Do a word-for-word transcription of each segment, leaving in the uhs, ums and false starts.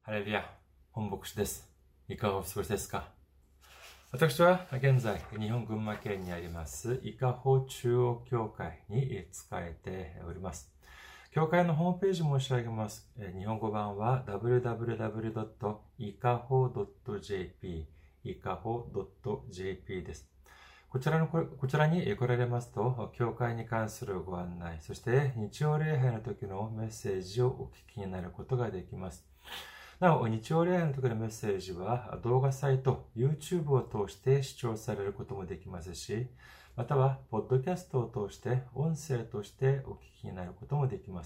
ハレルヤ、本牧師です。いかがお過ごしですか？私は現在、日本群馬県にあります、伊香保中央教会に仕えております。教会のホームページ申し上げます。日本語版は ダブリューダブリューダブリュードットイカホドットジェーピー イカホドットジェーピー です。こちらの、こちらに来られますと、教会に関するご案内、そして日曜礼拝の時のメッセージをお聞きになることができます。なお、日曜礼拝の時のメッセージは動画サイト、YouTube を通して視聴されることもできますし、または、ポッドキャストを通して音声としてお聞きになることもできます。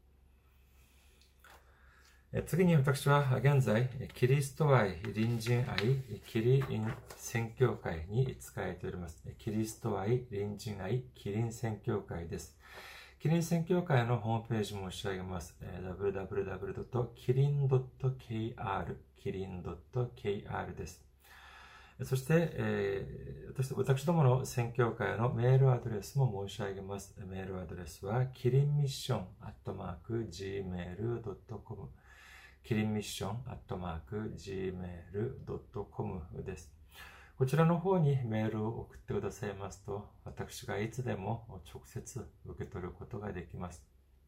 次に私は現在、キリスト愛、隣人愛、キリン宣教会に仕えております。キリスト愛、隣人愛、キリン宣教会です。キリン宣教会のホームページ申し上げます。ダブリューダブリューダブリュードットキリンドットケーアール キリンドットケーアール です。そして、えー、私、私どもの宣教会のメールアドレスも申し上げます。メールアドレスはキリンミッションアットマーク ジーメールドットコム キリンミッションアットマーク ジーメールドットコム です。こちらの方にメールを送ってくださいますと、私がいつでも直接受け取ることができます。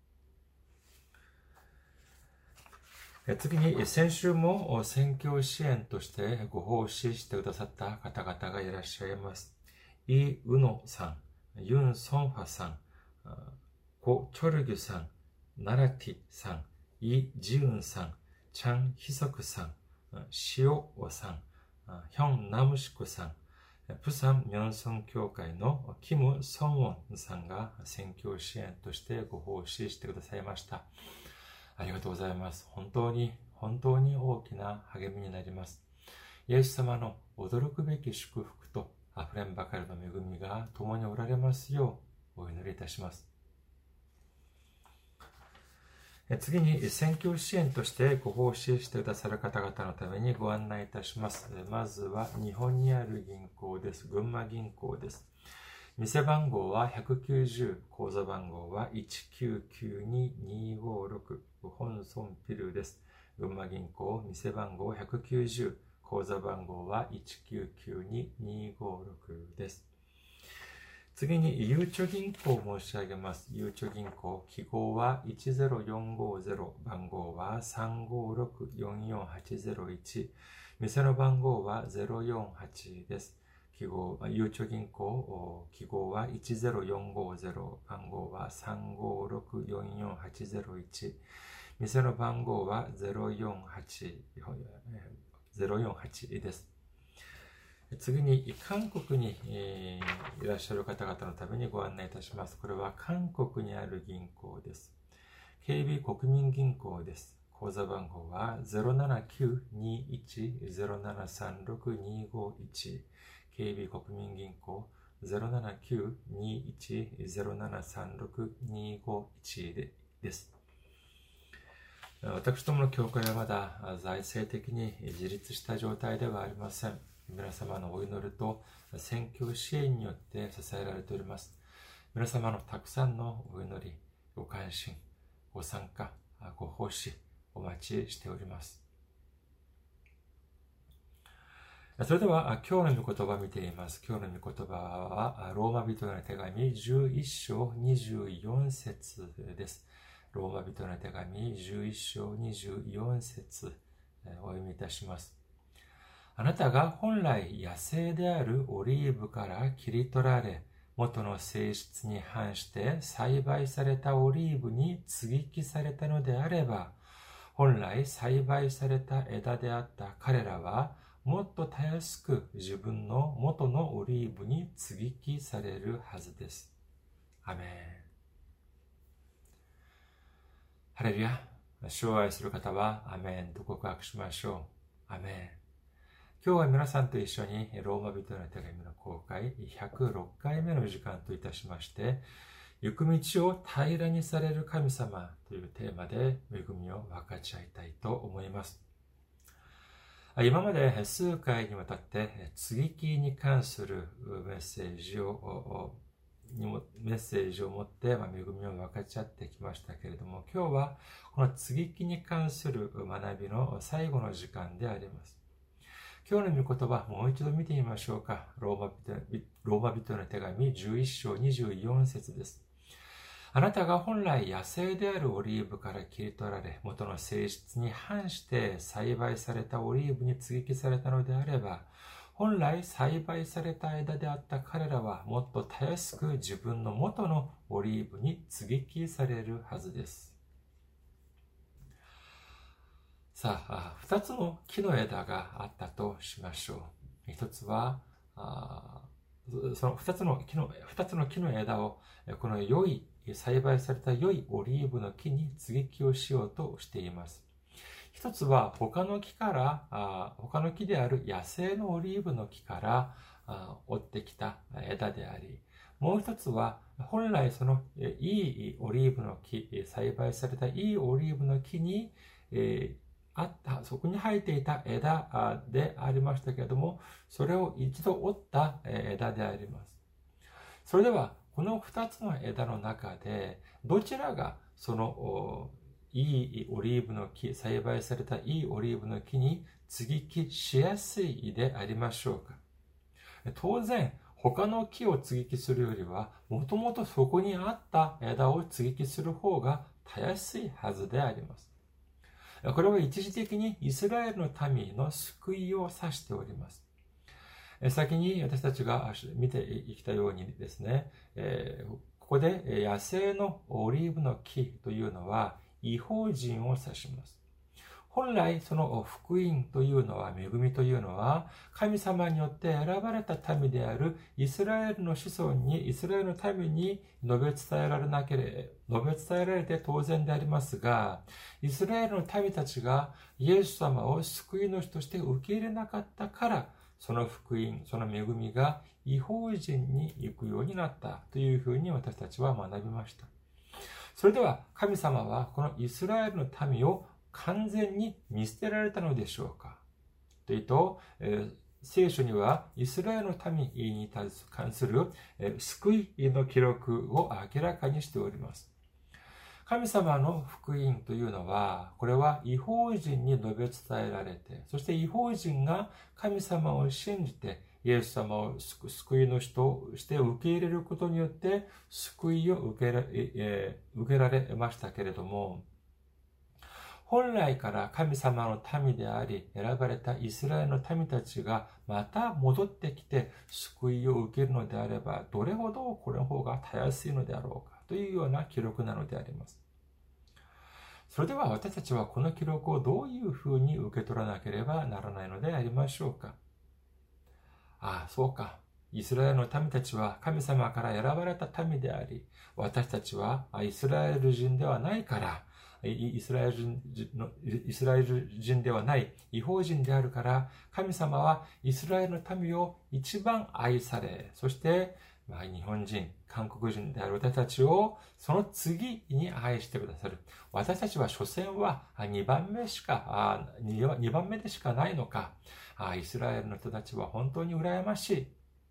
次に、先週も宣教支援としてご奉仕してくださった方々がいらっしゃいます。イ・ウノさん、ユン・ソンファさん、コ・チョルギュさん、ナラティさん、イ・ジウンさん、チャン・ヒソクさん、シオさん、ヒョン・ナムシクさん、プサン・ミョンソン教会のキム・ソンウォンさんが宣教支援としてご奉仕してくださいました。ありがとうございます。本当に、本当に大きな励みになります。イエス様の驚くべき祝福と溢れんばかりの恵みが共におられますようお祈りいたします。次に、宣教支援としてご奉仕してくださる方々のためにご案内いたします。まずは、日本にある銀行です。群馬銀行です。店番号はひゃくきゅうじゅう、口座番号はいちきゅうきゅうに にーごーろく、本村ピルです。群馬銀行、店番号ひゃくきゅうじゅう、口座番号はいちきゅうきゅうに にーごーろくです。次に、ゆうちょ銀行を申し上げます。ゆうちょ銀行、記号はいちぜろよんごゼロ、番号はさんごろくよんよんはちゼロいち、店の番号はゼロよんはちです。記号、ゆうちょ銀行、記号はいちぜろよんごゼロ、番号はさんごろくよんよんはちゼロいち、店の番号はゼロよんはち、ゼロよんはちです。次に、韓国に、えー、いらっしゃる方々のためにご案内いたします。これは韓国にある銀行です。ケービー 国民銀行です。口座番号は ゼロななきゅうにいちゼロななさんろくにごいち、ケービー 国民銀行 ゼロななきゅうにいちゼロななさんろくにごいち です。私どもの教会はまだ財政的に自立した状態ではありません。皆様のお祈りと宣教支援によって支えられております。皆様のたくさんのお祈り、ご関心、ご参加、ご奉仕、お待ちしております。それでは今日の御言葉を見ています。今日の御言葉はローマ人への手紙じゅういっ章にじゅうよん節です。ローマ人への手紙じゅういっ章にじゅうよん節お読みいたします。あなたが本来野生であるオリーブから切り取られ、元の性質に反して栽培されたオリーブに接ぎ木されたのであれば、本来栽培された枝であった彼らは、もっとたやすく自分の元のオリーブに接ぎ木されるはずです。アメン。ハレルヤ。主を愛する方はアメンと告白しましょう。アメン。今日は皆さんと一緒にローマ人への手紙の公開ひゃくろっかいめの時間といたしまして、行く道を平らにされる神様というテーマで恵みを分かち合いたいと思います。今まで数回にわたって接ぎ木に関するメッセージをにもメッセージを持って、まあ、恵みを分かち合ってきましたけれども、今日はこの接ぎ木に関する学びの最後の時間であります。今日の御言葉、もう一度見てみましょうか。ローマ人、ローマ人の手紙じゅういっ章にじゅうよん節です。あなたが本来野生であるオリーブから切り取られ、元の性質に反して栽培されたオリーブに接ぎ木されたのであれば、本来栽培された枝であった彼らはもっとたやすく自分の元のオリーブに接ぎ木されるはずです。さあ、二つの木の枝があったとしましょう。一つは、あその二つの木の、二つの木の枝を、この良い、栽培された良いオリーブの木に接ぎ木をしようとしています。一つは他の木から、あ他の木である野生のオリーブの木からあ折ってきた枝であり、もう一つは本来そのいいオリーブの木、栽培されたいいオリーブの木に、えーあった、そこに生えていた枝でありましたけれども、それを一度折った枝であります。それでは、この二つの枝の中で、どちらがそのいいオリーブの木、栽培されたいいオリーブの木に接ぎ木しやすいでありましょうか。当然、他の木を接ぎ木するよりは、もともとそこにあった枝を接ぎ木する方がたやすいはずであります。これは一時的にイスラエルの民の救いを指しております。先に私たちが見ていきたようにですね、ここで野生のオリーブの木というのは異邦人を指します。本来その福音というのは、恵みというのは、神様によって選ばれた民であるイスラエルの子孫に、イスラエルの民に述べ伝えられなければ、述べ伝えられて当然でありますが、イスラエルの民たちがイエス様を救い主として受け入れなかったから、その福音、その恵みが異邦人に行くようになったというふうに私たちは学びました。それでは神様はこのイスラエルの民を完全に見捨てられたのでしょうかというと、えー、聖書にはイスラエルの民に関する、えー、救いの記録を明らかにしております。神様の福音というのは、これは異邦人に述べ伝えられて、そして異邦人が神様を信じて、イエス様を救いの人として受け入れることによって、救いを受けられ、えー、受けられましたけれども、本来から神様の民であり、選ばれたイスラエルの民たちがまた戻ってきて救いを受けるのであれば、どれほどこれの方がたやすいのであろうかというような記録なのであります。それでは私たちはこの記録をどういうふうに受け取らなければならないのでありましょうか。ああ、そうか。イスラエルの民たちは神様から選ばれた民であり、私たちはイスラエル人ではないから、イスラエル人の、イスラエル人ではない異邦人であるから、神様はイスラエルの民を一番愛され、そして、まあ、日本人、韓国人である私たちをその次に愛してくださる。私たちは所詮はにばんめしか、にばんめでしかないのか。イスラエルの人たちは本当に羨ましい。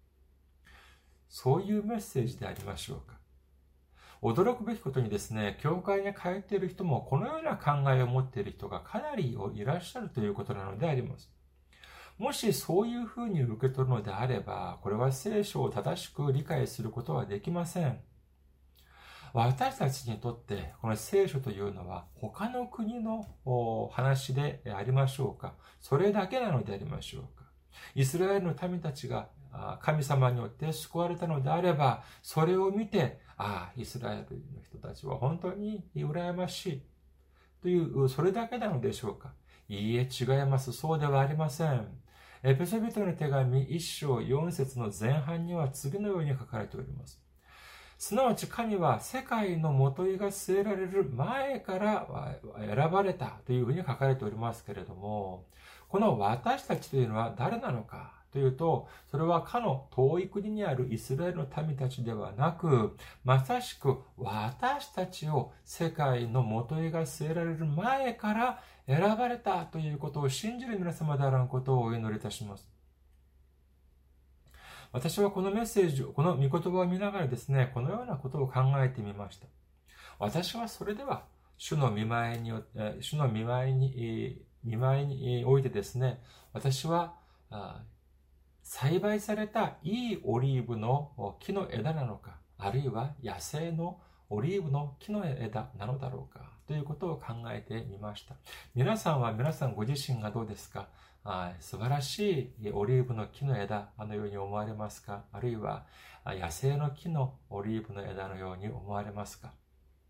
そういうメッセージでありましょうか。驚くべきことにですね、教会に通っている人もこのような考えを持っている人がかなりいらっしゃるということなのであります。もしそういうふうに受け取るのであれば、これは聖書を正しく理解することはできません。私たちにとってこの聖書というのは他の国の話でありましょうか、それだけなのでありましょうか。イスラエルの民たちが神様によって救われたのであれば、それを見て、ああ、イスラエルの人たちは本当に羨ましいという、それだけなのでしょうか。いいえ、違います。そうではありません。エペソビトの手紙いっ章よん節の前半には次のように書かれております。すなわち神は世界のもといが据えられる前から選ばれたというふうに書かれておりますけれども、この私たちというのは誰なのかというと、それはかの遠い国にあるイスラエルの民たちではなく、まさしく私たちを世界のもといが据えられる前から選ばれたということを信じる皆様であらんことをお祈りいたします。 私はこのメッセージを、この御言葉を見ながらですね、このようなことを考えてみました。私はそれでは、主の見舞いによって、主の見舞いに、見舞いにおいてですね、私は、栽培されたいいオリーブの木の枝なのか、あるいは野生のオリーブの木の枝なのだろうか、ということを考えてみました。皆さんは皆さんご自身がどうですか？あ素晴らしいオリーブの木の枝のように思われますか？あるいは野生の木のオリーブの枝のように思われますか？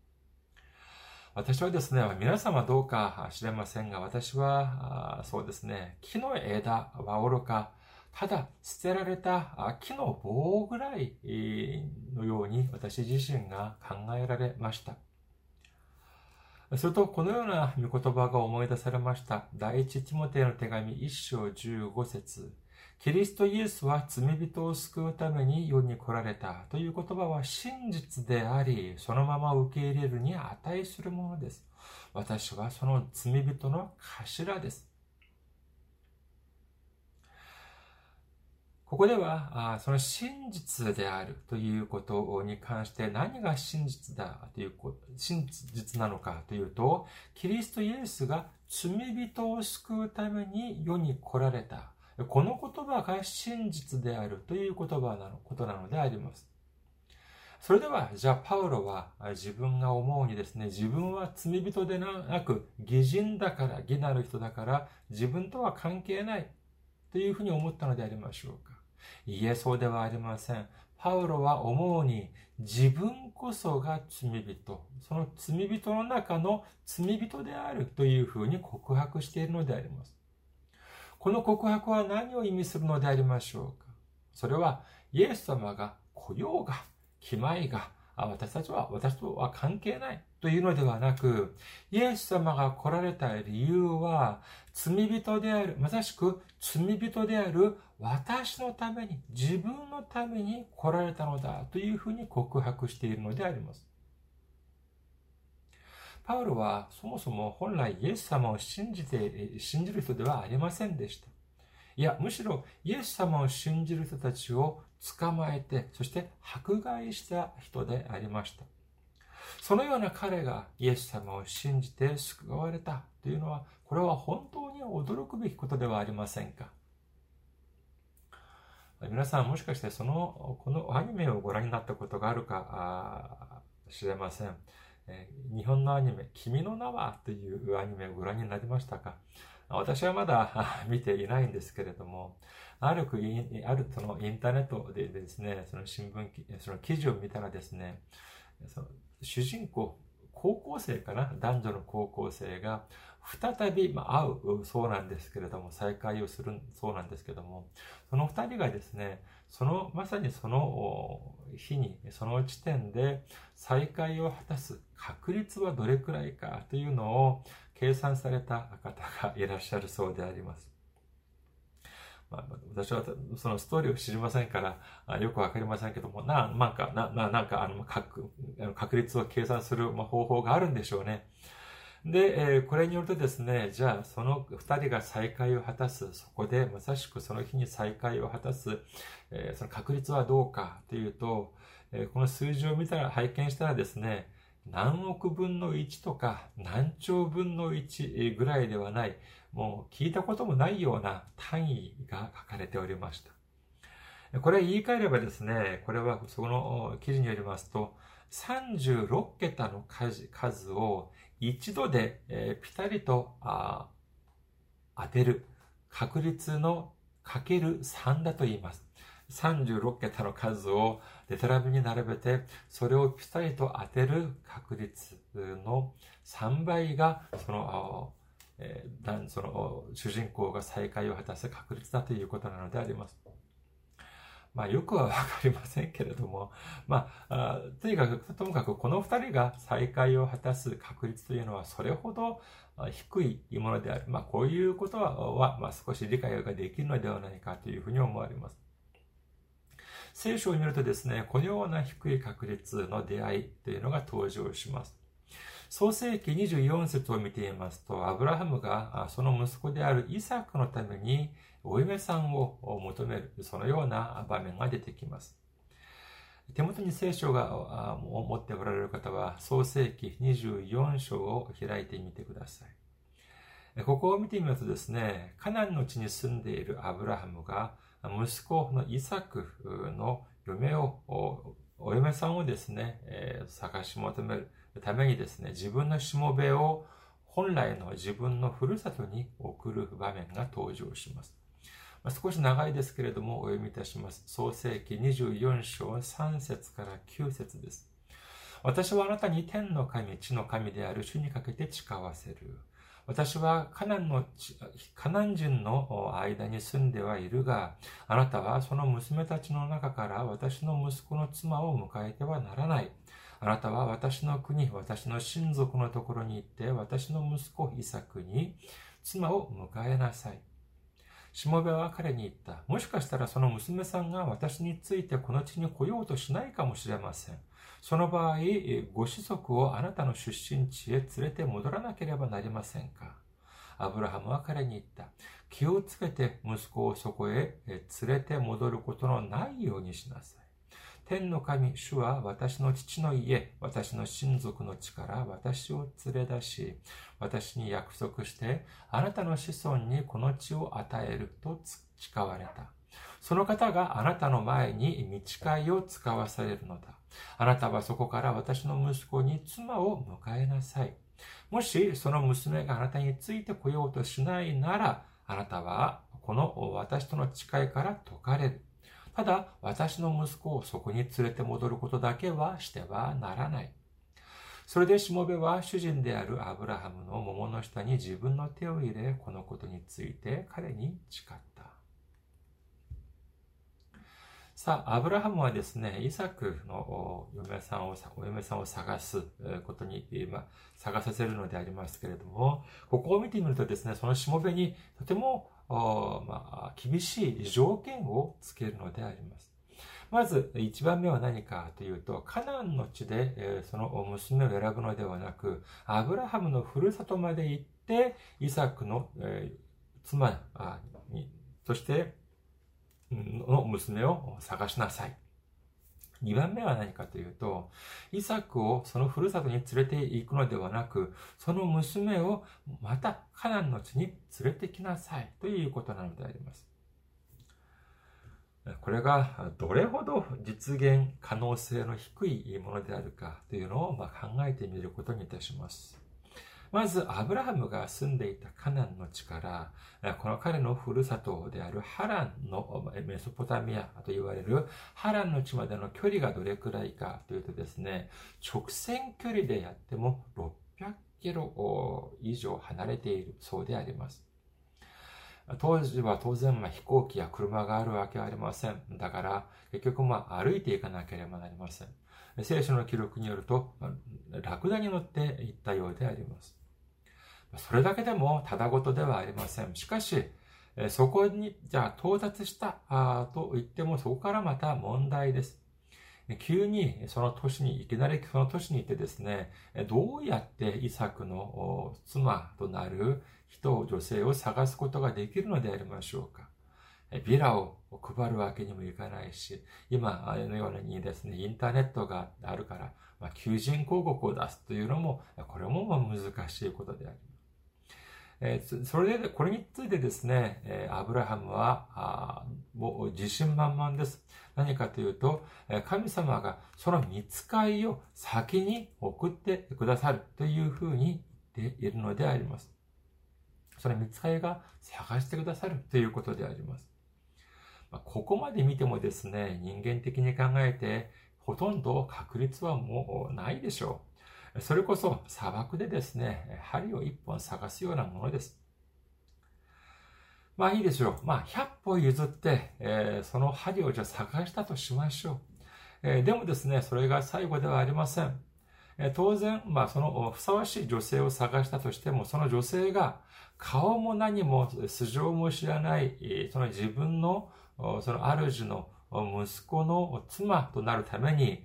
私はですね、皆様どうか知れませんが、私はそうですね、木の枝はおろか、ただ捨てられた木の棒ぐらいのように私自身が考えられました。すると、このような御言葉が思い出されました。第一ティモテの手紙一章十五節。キリストイエスは罪人を救うために世に来られたという言葉は真実であり、そのまま受け入れるに値するものです。私はその罪人の頭です。ここでは、その真実であるということに関して何が真実だということ、真実なのかというと、キリストイエスが罪人を救うために世に来られた。この言葉が真実であるという言葉なの、ことなのであります。それでは、じゃあ、パウロは自分が思うにですね、自分は罪人でなく、義人だから、義なる人だから、自分とは関係ないというふうに思ったのでありましょうか。いいえ、そうではありません。パウロは思うに、自分こそが罪人、その罪人の中の罪人であるというふうに告白しているのであります。この告白は何を意味するのでありましょうか。それは、イエス様が来ようが、来まいが、私たちは、私とは関係ないというのではなく、イエス様が来られた理由は、罪人である、まさしく罪人である私のために、自分のために来られたのだというふうに告白しているのであります。パウロはそもそも本来イエス様を信じて、信じる人ではありませんでした。いや、むしろイエス様を信じる人たちを捕まえて、そして迫害した人でありました。そのような彼がイエス様を信じて救われたというのは、これは本当に驚くべきことではありませんか。皆さんもしかしてその、このアニメをご覧になったことがあるかしれません。日本のアニメ、君の名はというアニメをご覧になりましたか？私はまだ見ていないんですけれども、ある国、あるそのインターネットでですね、その新聞、その記事を見たらですね、その主人公、高校生かな、男女の高校生が再び会うそうなんですけれども、再会をするそうなんですけれども、その二人がですね、その、まさにその日に、その地点で再会を果たす確率はどれくらいかというのを計算された方がいらっしゃるそうであります。まあ、私はそのストーリーを知りませんからよくわかりませんけども、な、なんか、な、ななんかあの確、確率を計算する方法があるんでしょうね。で、これによるとですね、じゃあその二人が再会を果たす、そこでまさしくその日に再会を果たす、その確率はどうかというと、この数字を見たら、拝見したらですね、何億分のいちとか何兆分のいちぐらいではない、もう聞いたこともないような単位が書かれておりました。これ言い換えればですね、これはその記事によりますと、さんじゅうろっけたの数を一度でピタリと当てる確率のかけるさんだと言います。さんじゅうろっけたの数をデタラメに並べて、それをピタリと当てる確率のさんばいが、その、えー、その主人公が再会を果たす確率だということなのであります。まあ、よくはわかりませんけれども、まあ、あとにかく、ともかくこの二人が再会を果たす確率というのはそれほど低いものである。まあ、こういうことは、まあ、少し理解ができるのではないかというふうに思われます。聖書を見るとですね、このような低い確率の出会いというのが登場します。 創世記にじゅうよん節を見ていますと、アブラハムがその息子であるイサクのためにお嫁さんを求める、そのような場面が出てきます。手元に聖書が持っておられる方は、創世記にじゅうよん章を開いてみてください。ここを見てみるとですね、カナンの地に住んでいるアブラハムが、息子のイサクの嫁を、お嫁さんをですね、探し求めるためにですね、自分のしもべを本来の自分のふるさとに送る場面が登場します。少し長いですけれどもお読みいたします。創世記にじゅうよん章さん節からきゅう節です。私はあなたに天の神、地の神である主にかけて誓わせる。私はカナンの、カナン人の間に住んではいるが、あなたはその娘たちの中から私の息子の妻を迎えてはならない。あなたは私の国、私の親族のところに行って、私の息子イサクに妻を迎えなさい。しもべは彼に言った。もしかしたらその娘さんが私についてこの地に来ようとしないかもしれません。その場合、ご子息をあなたの出身地へ連れて戻らなければなりませんか。アブラハムは彼に言った。気をつけて息子をそこへ連れて戻ることのないようにしなさい。天の神、主は私の父の家、私の親族の地から私を連れ出し、私に約束して、あなたの子孫にこの地を与えると誓われた。その方があなたの前に御誓いを使わされるのだ。あなたはそこから私の息子に妻を迎えなさい。もしその娘があなたについてこようとしないなら、あなたはこの私との誓いから解かれる。ただ、私の息子をそこに連れて戻ることだけはしてはならない。それでしもべは主人であるアブラハムの桃の下に自分の手を入れ、このことについて彼に誓った。さあ、アブラハムはですね、イサクの嫁さんを、お嫁さんを探すことに、まあ、探させるのでありますけれども、ここを見てみるとですね、そのしもべにとても、まあ、厳しい条件をつけるのであります。まず、一番目は何かというと、カナンの地でその娘を選ぶのではなく、アブラハムのふるさとまで行って、イサクの妻に、そして、の娘を探しなさい。二番目は何かというと、イサクをそのふるさとに連れて行くのではなく、その娘をまたカナンの地に連れてきなさいということなのであります。これがどれほど実現可能性の低いものであるかというのを考えてみることにいたします。まず、アブラハムが住んでいたカナンの地から、この彼のふるさとであるハランのメソポタミアと言われるハランの地までの距離がどれくらいかというとですね、直線距離でやってもろっぴゃくキロ以上離れているそうであります。当時は当然、まあ、飛行機や車があるわけはありません。だから、結局、まあ、歩いていかなければなりません。聖書の記録によると、ラクダに乗って行ったようであります。それだけでもただごとではありません。しかし、そこに、じゃあ到達したと言っても、そこからまた問題です。急にその都市に、いきなりその都市に行ってですね、どうやってイサクの妻となる人、女性を探すことができるのでありましょうか。ビラを配るわけにもいかないし、今のようにですね、インターネットがあるから、まあ、求人広告を出すというのも、これも難しいことであります。えー、それで、これについてですね、えー、アブラハムは、もう自信満々です。何かというと、神様がその御使いを先に送ってくださるというふうに言っているのであります。その御使いが探してくださるということであります。ここまで見てもですね、人間的に考えて、ほとんど確率はもうないでしょう。それこそ砂漠でですね、針を一本探すようなものです。まあいいでしょう。まあひゃっぽ譲って、えー、その針をじゃあ探したとしましょう。えー、でもですね、それが最後ではありません。えー、当然、まあそのふさわしい女性を探したとしても、その女性が顔も何も素性も知らない、その自分の、その主の息子の妻となるために、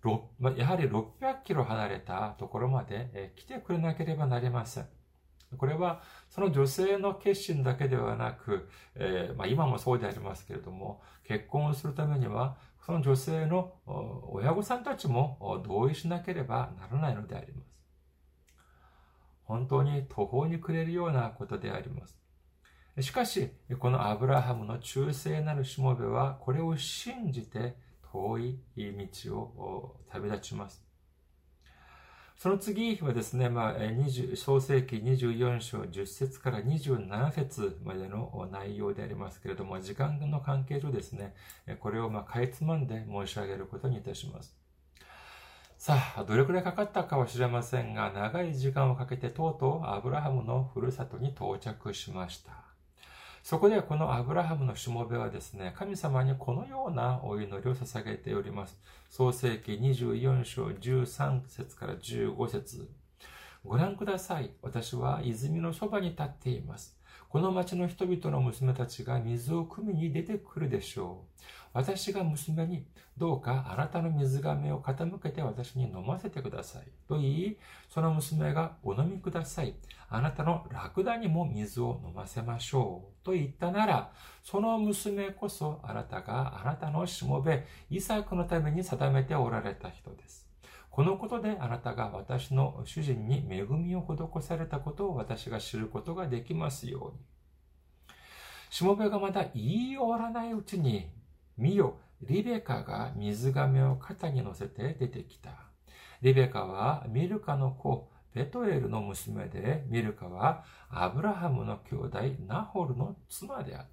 ろまやはりろっぴゃくキロ離れたところまで、え来てくれなければなりません。これは、その女性の決心だけではなく、えーまあ、今もそうでありますけれども、結婚をするためには、その女性の親御さんたちも同意しなければならないのであります。本当に途方に暮れるようなことであります。しかし、このアブラハムの忠誠なるしもべは、これを信じて遠い道を旅立ちます。その次はですね、まあ、創世記にじゅうよん章じゅっ節からにじゅうなな節までの内容でありますけれども、時間の関係上ですね、これをまあかいつまんで申し上げることにいたします。さあ、どれくらいかかったかは知れませんが、長い時間をかけてとうとうアブラハムのふるさとに到着しました。そこでこのアブラハムのしもべはですね、神様にこのようなお祈りを捧げております。創世記にじゅうよん章じゅうさん節からじゅうご節。ご覧ください。私は泉のそばに立っています。この町の人々の娘たちが水を汲みに出てくるでしょう。私が娘に、どうかあなたの水亀を傾けて私に飲ませてください。と言い、その娘がお飲みください。あなたのラクダにも水を飲ませましょう。と言ったなら、その娘こそあなたがあなたのしもべ、イサクのために定めておられた人です。このことであなたが私の主人に恵みを施されたことを私が知ることができますように。しもべがまだ言い終わらないうちに、見よ、リベカが水亀を肩に乗せて出てきた。リベカはミルカの子、ベトエルの娘で、ミルカはアブラハムの兄弟ナホルの妻であった。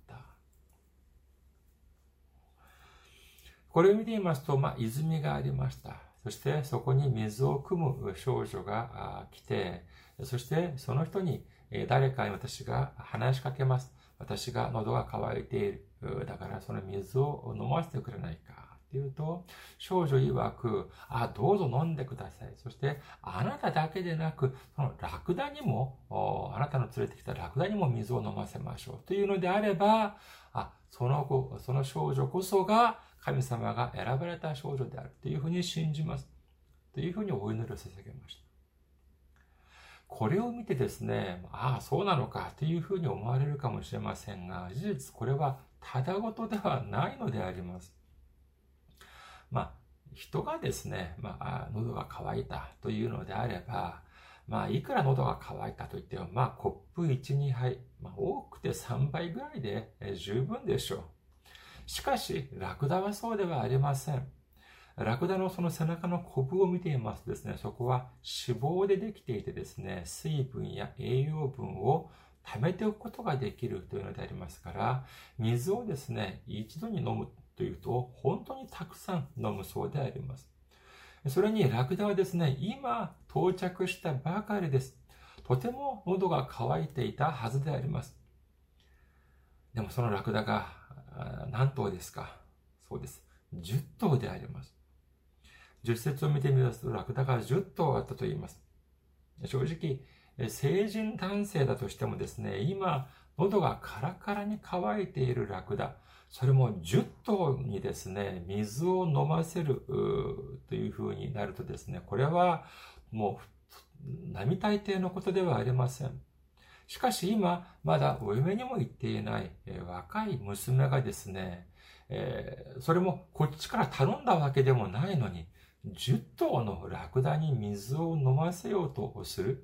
これを見ていますと、まあ、泉がありました。そしてそこに水を汲む少女が来て、そしてその人に誰かに私が話しかけます。私が喉が渇いている。だからその水を飲ませてくれないか。っていうと、少女曰く、あ、どうぞ飲んでください。そして、あなただけでなく、そのラクダにも、あなたの連れてきたラクダにも水を飲ませましょう。というのであれば、あ、その子、その少女こそが神様が選ばれた少女である。というふうに信じます。というふうにお祈りを捧げました。これを見てですね、ああ、そうなのかというふうに思われるかもしれませんが、事実これはただごとではないのであります。まあ、人がですね、まあ、喉が渇いたというのであれば、まあ、いくら喉が渇いたといっても、まあ、コップいち、にはい、まあ、多くてさんばいぐらいで十分でしょう。しかし、ラクダはそうではありません。ラクダのその背中のコブを見ていますとですね、そこは脂肪でできていてですね、水分や栄養分を貯めておくことができるというのでありますから、水をですね、一度に飲むというと、本当にたくさん飲むそうであります。それにラクダはですね、今到着したばかりです。とても喉が渇いていたはずであります。でもそのラクダが何頭ですか？そうです。じゅっ頭であります。じゅっ節を見てみますと、ラクダがじゅっ頭あったと言います。正直、成人男性だとしてもですね、今、喉がカラカラに乾いているラクダ、それもじゅっ頭にですね、水を飲ませるという風になるとですね、これはもう並大抵のことではありません。しかし今、まだお嫁にも行っていない若い娘がですね、それもこっちから頼んだわけでもないのに、じゅっ頭のラクダに水を飲ませようとする。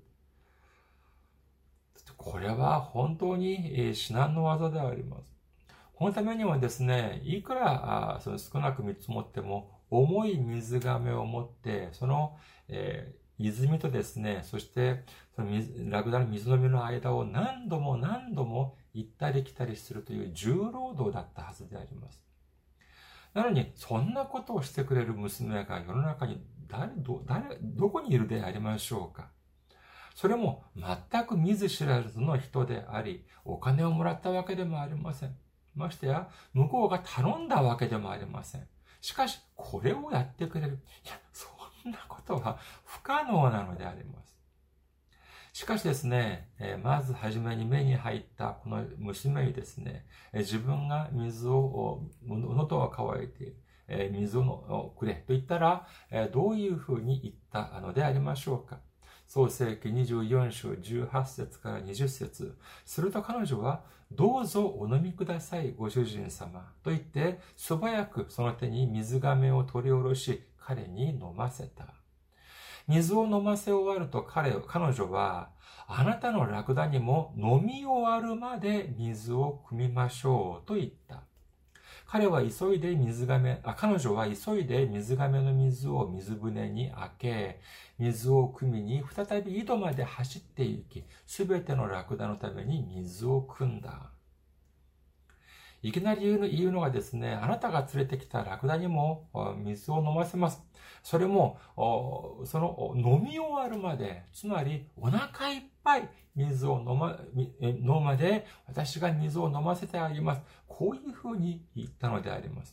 これは本当に至難の技であります。このためにはですね、いくらその少なく見積もっても、重い水亀を持って、その、えー、泉とですね、そしてその水ラクダの水飲みの間を何度も何度も行ったり来たりするという重労働だったはずであります。なのに、そんなことをしてくれる娘が世の中に誰、ど、誰、どこにいるでありましょうか。それも全く見ず知らずの人であり、お金をもらったわけでもありません。ましてや、向こうが頼んだわけでもありません。しかし、これをやってくれる。いや、そんなことは不可能なのであります。しかしですね、まずはじめに目に入ったこの娘にですね、自分が水を、喉が渇いている。 えー、水をくれと言ったら、えー、どういうふうに言ったのでありましょうか。創世記にじゅうよん章じゅうはち節からにじゅう節。すると彼女は、どうぞお飲みください、ご主人様。と言って、素早くその手に水亀を取り下ろし、彼に飲ませた。水を飲ませ終わると彼、彼女は、あなたのラクダにも飲み終わるまで水を汲みましょうと言った。彼は急いで水亀、あ、彼女は急いで水亀の水を水舟に開け、水を汲みに再び井戸まで走って行き、すべてのラクダのために水を汲んだ。いきなり言うのがですね、あなたが連れてきたラクダにも水を飲ませます。それも、その飲み終わるまで、つまりお腹いっぱい水を飲ま、飲むまで私が水を飲ませてあげます。こういうふうに言ったのであります。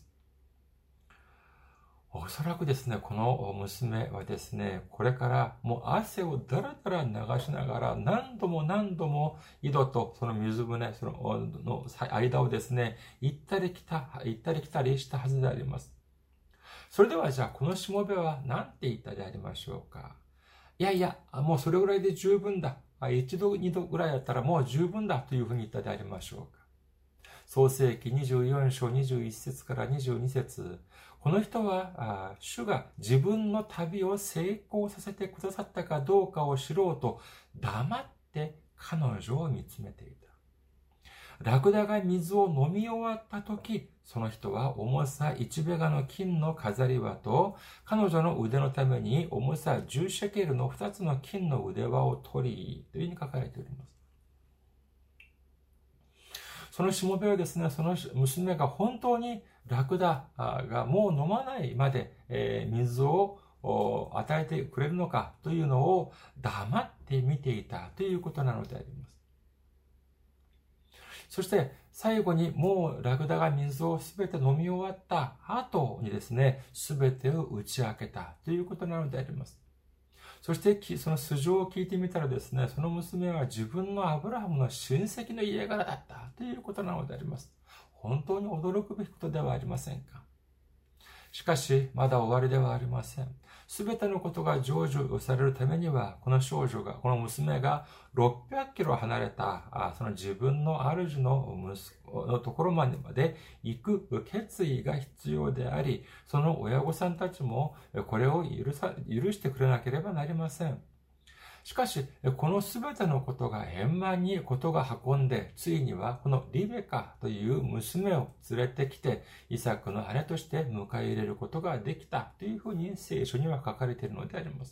おそらくですね、この娘はですね、これからもう汗をだらだら流しながら何度も何度も井戸とその水舟、そのの間をですね、行ったり来た、行ったり来たりしたはずであります。それではじゃあこのしもべは何て言ったでありましょうか。いやいや、もうそれぐらいで十分だ。一度二度ぐらいだったらもう十分だというふうに言ったでありましょうか。創世記にじゅうよん章にじゅういち節からにじゅうに節。この人は、主が自分の旅を成功させてくださったかどうかを知ろうと、黙って彼女を見つめていた。ラクダが水を飲み終わった時、その人は重さいちベガの金の飾り輪と、彼女の腕のために重さじゅうシェケルのふたつの金の腕輪を取り、というふうに書かれております。そのしもべはですね、その娘が本当にラクダがもう飲まないまで水を与えてくれるのかというのを黙って見ていたということなのであります。そして最後にもうラクダが水をすべて飲み終わった後にですね、すべてを打ち明けたということなのであります。そしてその素性を聞いてみたらですね、その娘は自分のアブラハムの親戚の家柄だったということなのであります。本当に驚くべきことではありませんか。しかし、まだ終わりではありません。すべてのことが成就されるためには、この少女が、この娘がろっぴゃくキロ離れた、その自分の主の息子のところまで行く決意が必要であり、その親御さんたちもこれを許さ、許してくれなければなりません。しかし、このすべてのことが円満にことが運んで、ついにはこのリベカという娘を連れてきて、イサクの姉として迎え入れることができたというふうに聖書には書かれているのであります。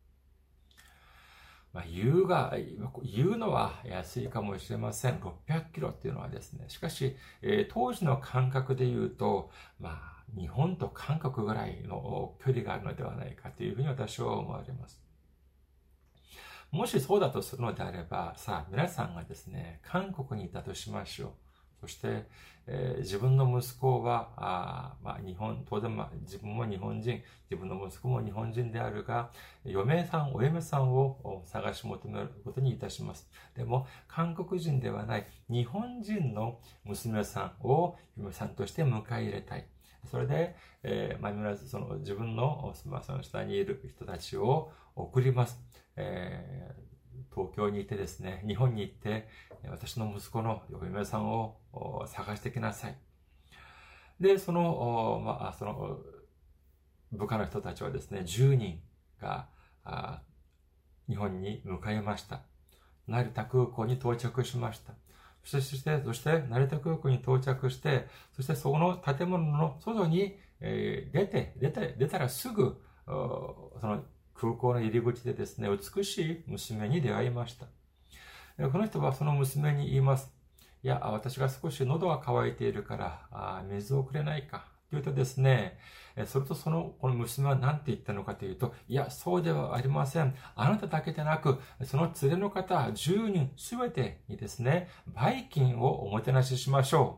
まあ、言うが、言うのは安いかもしれません。ろっぴゃくキロっていうのはですね。しかし、えー、当時の感覚で言うと、まあ、日本と韓国ぐらいの距離があるのではないかというふうに私は思われます。もしそうだとするのであれば、さあ、皆さんがですね、韓国にいたとしましょう。そして、えー、自分の息子は、あまあ、日本、当然、まあ、自分も日本人、自分の息子も日本人であるが、嫁さん、お嫁さんを探し求めることにいたします。でも、韓国人ではない日本人の娘さんを嫁さんとして迎え入れたい。それで、えー、まあ、皆さん、その自分の、まあ、その下にいる人たちを送ります。えー、東京にいてですね、日本に行って、私の息子の嫁さんを探してきなさい。で、その、まあ、その、部下の人たちはですね、じゅうにんが、日本に向かいました。成田空港に到着しました。そして、そして、成田空港に到着して、そしてその建物の外に、えー、出て、出て、出たらすぐ、その空港の入り口でですね、美しい娘に出会いました。この人はその娘に言います。いや、私が少し喉が渇いているから、あ水をくれないか。と言うとですね、それとその、この娘は何て言ったのかというと、いや、そうではありません。あなただけでなく、その連れの方、じゅうにんすべてにですね、バイキンをおもてなししましょ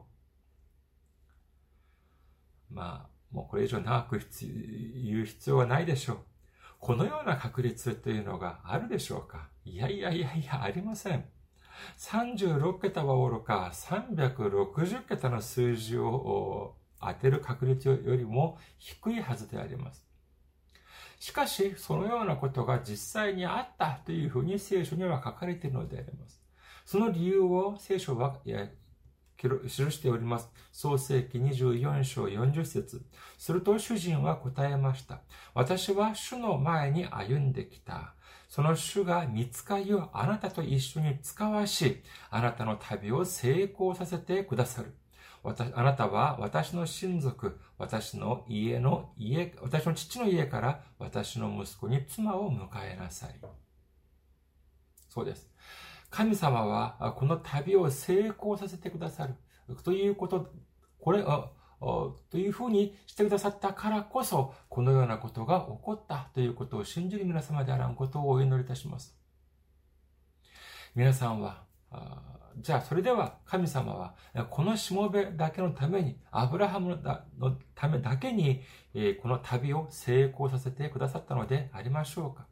う。まあ、もうこれ以上長く言う必要はないでしょう。このような確率というのがあるでしょうか？いやいやいやいや、ありません。さんじゅうろくけたはおろか、さんびゃくろくじゅうけたの数字を当てる確率よりも低いはずであります。しかし、そのようなことが実際にあったというふうに聖書には書かれているのであります。その理由を聖書は記しております。創世記にじゅうよん章よんじゅっ節。すると主人は答えました。私は主の前に歩んできた。その主が御使いをあなたと一緒に使わし、あなたの旅を成功させてくださる。あなたは私の親族、私の家の家、私の父の家から私の息子に妻を迎えなさい。そうです。神様はこの旅を成功させてくださるということ、これ、というふうにしてくださったからこそ、このようなことが起こったということを信じる皆様であらんことをお祈りいたします。皆さんは、じゃあそれでは神様はこのしもべだけのために、アブラハムのためだけにこの旅を成功させてくださったのでありましょうか。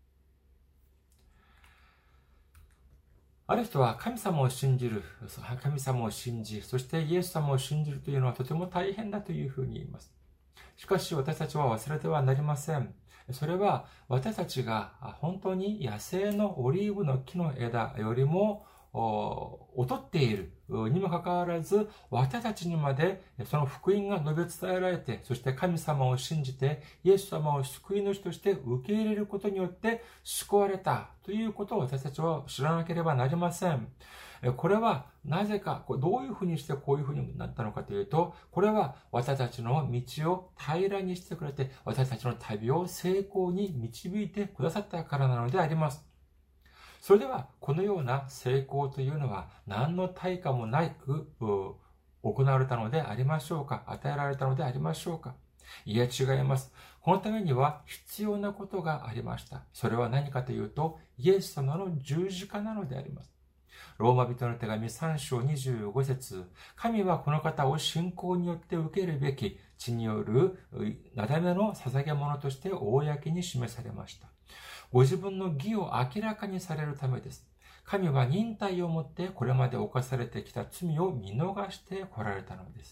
ある人は神様を信じる、神様を信じ、そしてイエス様を信じるというのはとても大変だというふうに言います。しかし私たちは忘れてはなりません。それは私たちが本当に野生のオリーブの木の枝よりも劣っているにもかかわらず、私たちにまでその福音が述べ伝えられて、そして神様を信じて、イエス様を救い主として受け入れることによって救われたということを私たちは知らなければなりません。これはなぜか、どういうふうにしてこういうふうになったのかというと、これは私たちの道を平らにしてくれて、私たちの旅を成功に導いてくださったからなのであります。それでは、このような成功というのは何の対価もなく行われたのでありましょうか？与えられたのでありましょうか？いや、違います。このためには必要なことがありました。それは何かというと、イエス様の十字架なのであります。ローマ人の手紙さん章にじゅうご節。神はこの方を信仰によって受けるべき血によるなだめの捧げ物として公に示されました。ご自分の義を明らかにされるためです。神は忍耐をもってこれまで犯されてきた罪を見逃して来られたのです。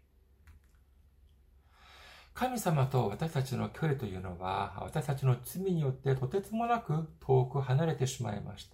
神様と私たちの距離というのは、私たちの罪によってとてつもなく遠く離れてしまいました。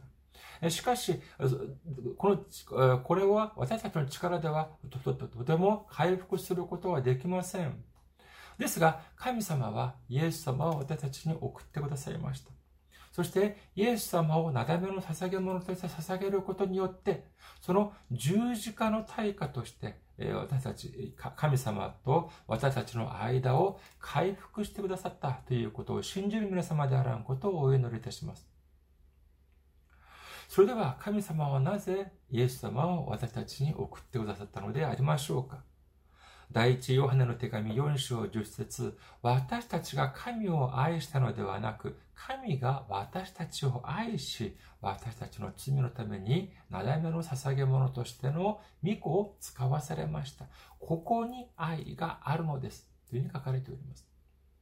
しかし、この、これは私たちの力ではとても回復することはできません。ですが、神様はイエス様を私たちに送ってくださいました。そして、イエス様をなだめの捧げ物として捧げることによって、その十字架の対価として、私たち、神様と私たちの間を回復してくださったということを信じる皆様であらんことをお祈りいたします。それでは、神様はなぜイエス様を私たちに送ってくださったのでありましょうか？第一ヨハネの手紙よん章じゅっ節。私たちが神を愛したのではなく、神が私たちを愛し、私たちの罪のためになだめの捧げ物としての御子を使わされました。ここに愛があるのです。というふうに書かれております。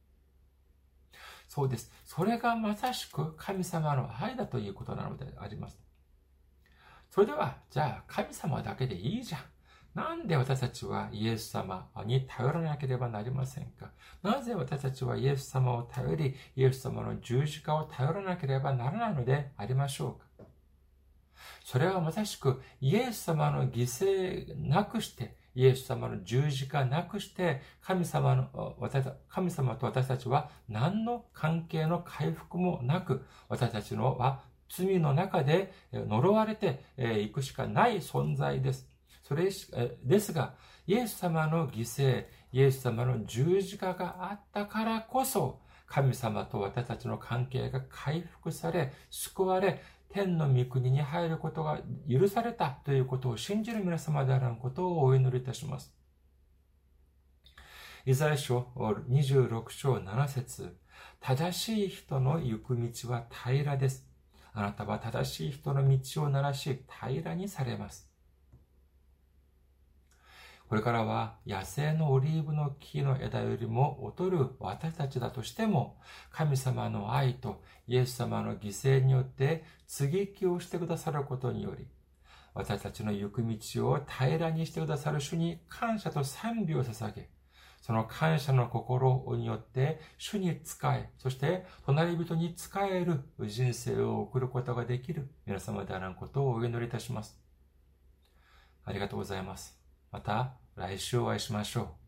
そうです。それがまさしく神様の愛だということなのであります。それでは、じゃあ神様だけでいいじゃん。なんで私たちはイエス様に頼らなければなりませんか？なぜ私たちはイエス様を頼り、イエス様の十字架を頼らなければならないのでありましょうか？それはまさしくイエス様の犠牲なくして、イエス様の十字架なくして、神様の、神様と私たちは何の関係の回復もなく、私たちのは罪の中で呪われていくしかない存在です。それですが、イエス様の犠牲、イエス様の十字架があったからこそ、神様と私たちの関係が回復され、救われ、天の御国に入ることが許されたということを信じる皆様であらんことをお祈りいたします。イザヤ書にじゅうろく章なな節。正しい人の行く道は平らです。あなたは正しい人の道をならし、平らにされます。これからは野生のオリーブの木の枝よりも劣る私たちだとしても、神様の愛とイエス様の犠牲によって接ぎ木をしてくださることにより、 私たちの行く道を平らにしてくださる主に感謝と賛美を捧げ、その感謝の心によって主に仕え、そして隣人に仕える人生を送ることができる皆様であらんことをお祈りいたします。ありがとうございます。また来週お会いしましょう。